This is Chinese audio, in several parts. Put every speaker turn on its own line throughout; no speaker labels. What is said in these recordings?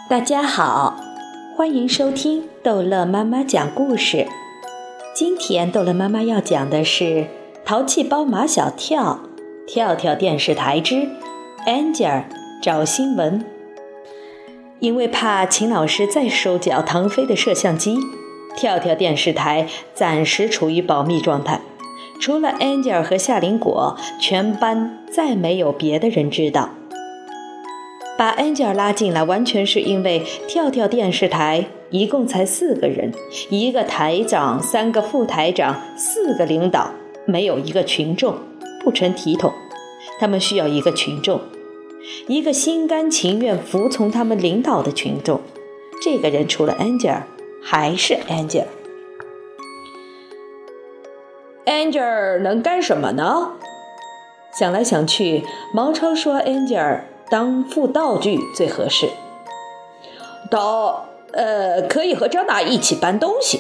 大家好，欢迎收听逗乐妈妈讲故事。今天逗乐妈妈要讲的是淘气包马小跳，跳跳电视台之 Angel 找新闻。因为怕秦老师再收缴唐飞的摄像机，跳跳电视台暂时处于保密状态，除了 Angel 和夏林果，全班再没有别的人知道。把 Angel 拉进来完全是因为跳跳电视台一共才4个人，1个台长，3个副台长，4个领导，没有一个群众，不成体统。他们需要一个群众，一个心甘情愿服从他们领导的群众。这个人除了 Angel 还是 Angel 能干什么呢？想来想去，毛超说 Angel 当副道具最合适。可以和张达一起搬东西。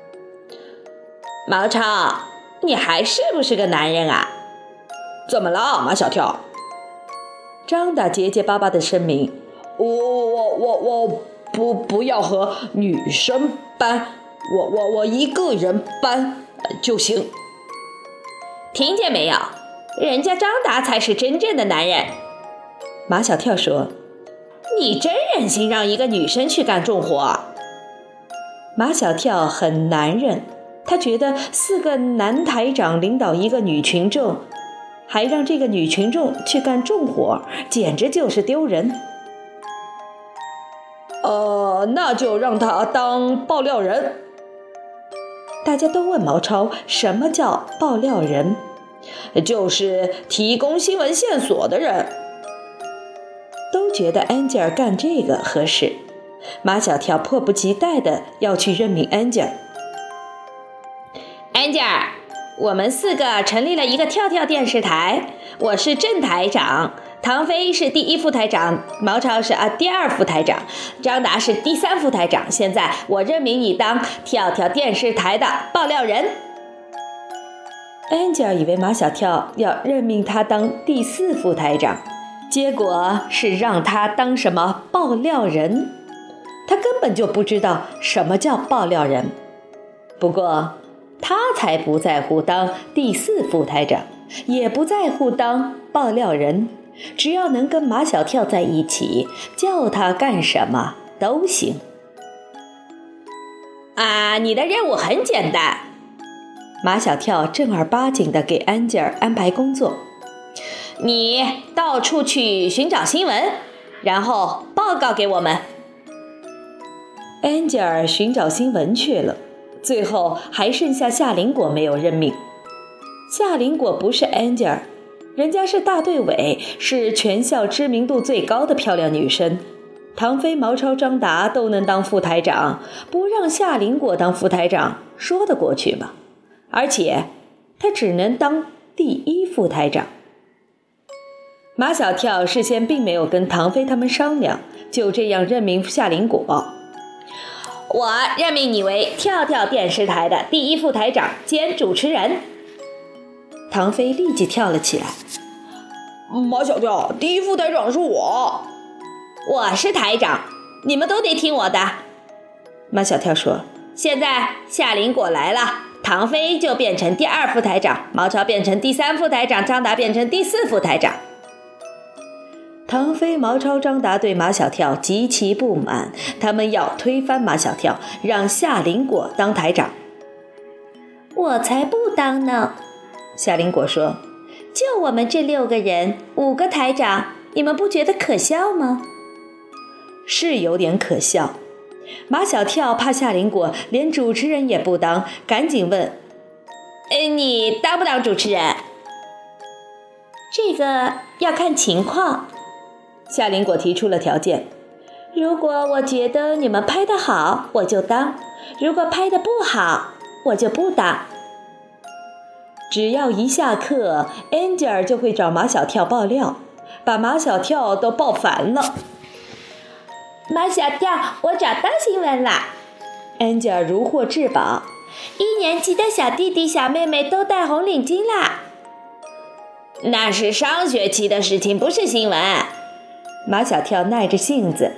毛超，你还是不是个男人啊？怎么了，马小跳？张达结结巴巴地声明：我不要和女生搬，我一个人搬就行。听见没有？人家张达才是真正的男人。马小跳说：你真忍心让一个女生去干重活？马小跳很男人，他觉得4个男台长领导一个女群众，还让这个女群众去干重活，简直就是丢人。那就让他当爆料人。大家都问毛超什么叫爆料人，就是提供新闻线索的人。都觉得 Angel 干这个合适，马小跳迫不及待地要去任命 Angel。 Angel， 我们4个成立了一个跳跳电视台，我是正台长，唐飞是第1副台长，毛超是第2副台长，张达是第3副台长，现在我任命你当跳跳电视台的爆料人。 Angel 以为马小跳要任命他当第4副台长，结果是让他当什么爆料人，他根本就不知道什么叫爆料人。不过他才不在乎当第4副台长，也不在乎当爆料人，只要能跟马小跳在一起，叫他干什么都行。你的任务很简单。马小跳正儿八经地给 Angel 安排工作，你到处去寻找新闻，然后报告给我们。 Angel 寻找新闻去了，最后还剩下夏林果没有任命。夏林果不是 Angel， 人家是大队委，是全校知名度最高的漂亮女生。唐飞、毛超、张达都能当副台长，不让夏林果当副台长说得过去吗？而且他只能当第1副台长。马小跳事先并没有跟唐飞他们商量，就这样任命夏林果。我任命你为跳跳电视台的第1副台长兼主持人。唐飞立即跳了起来。马小跳，第1副台长是我。我是台长，你们都得听我的。马小跳说，现在夏林果来了，唐飞就变成第2副台长，毛超变成第3副台长，张达变成第4副台长。唐飞、毛超、张达对马小跳极其不满，他们要推翻马小跳，让夏林果当台长。我才不当呢，夏林果说，就我们这6个人，5个台长，你们不觉得可笑吗？是有点可笑。马小跳怕夏林果连主持人也不当，赶紧问，你当不当主持人？这个要看情况。夏林果提出了条件，如果我觉得你们拍得好，我就当；如果拍得不好，我就不当。只要一下课 ，Angel 就会找马小跳爆料，把马小跳都爆烦了。马小跳，我找到新闻啦 ！Angel 如获至宝，1年级的小弟弟小妹妹都戴红领巾啦。那是上学期的事情，不是新闻。马小跳耐着性子，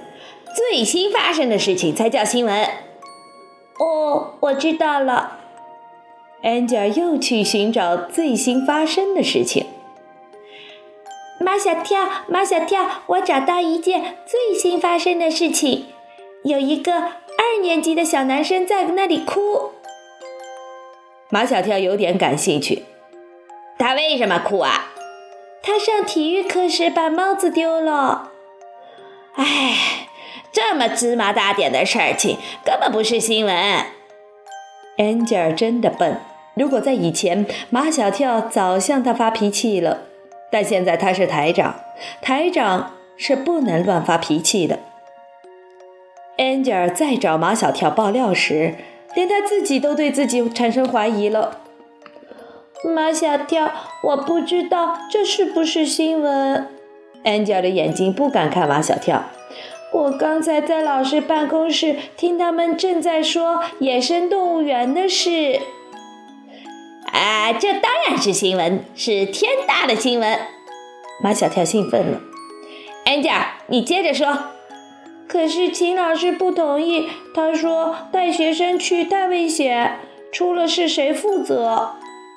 最新发生的事情才叫新闻。
哦，我知道了。
安吉尔又去寻找最新发生的事情。
马小跳，马小跳，我找到一件最新发生的事情，有一个2年级的小男生在那里哭。
马小跳有点感兴趣，他为什么哭啊？
他上体育课时把帽子丢了。
唉，这么芝麻大点的事情根本不是新闻。安吉尔真的笨，如果在以前，马小跳早向他发脾气了，但现在他是台长，台长是不能乱发脾气的。安吉尔在找马小跳爆料时，连他自己都对自己产生怀疑了。
马小跳，我不知道这是不是新闻。
安吉尔的眼睛不敢看马小跳。
我刚才在老师办公室听他们正在说野生动物园的事。
这当然是新闻，是天大的新闻。马小跳兴奋了。安吉尔，你接着说。
可是秦老师不同意，他说带学生去太危险，出了事谁负责？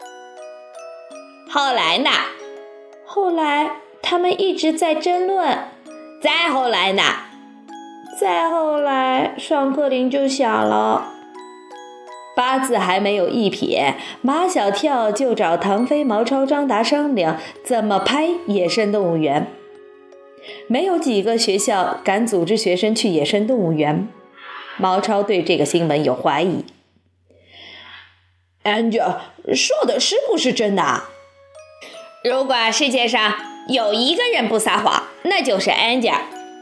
后来呢？
后来他们一直在争论。
再后来呢？
再后来上课铃就响了。
八字还没有一撇，马小跳就找唐飞、毛超、张达商量怎么拍野生动物园。没有几个学校敢组织学生去野生动物园。毛超对这个新闻有怀疑。Angel 说的是不是真的啊？如果世界上有一个人不撒谎，那就是 Angel。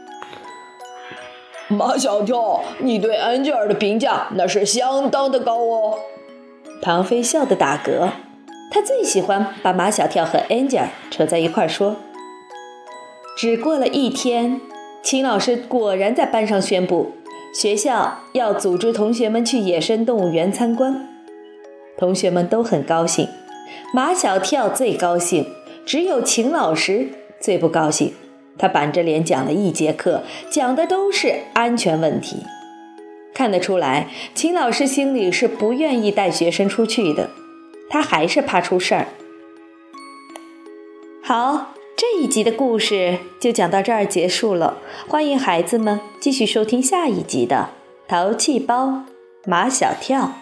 马小跳，你对安吉尔的评价那是相当的高哦。
唐飞笑得打嗝，他最喜欢把马小跳和安吉尔扯在一块说。只过了1天，秦老师果然在班上宣布，学校要组织同学们去野生动物园参观。同学们都很高兴，马小跳最高兴，只有秦老师最不高兴。他板着脸讲了1节课，讲的都是安全问题。看得出来，秦老师心里是不愿意带学生出去的，他还是怕出事儿。好，这一集的故事就讲到这儿结束了，欢迎孩子们继续收听下一集的《淘气包马小跳》。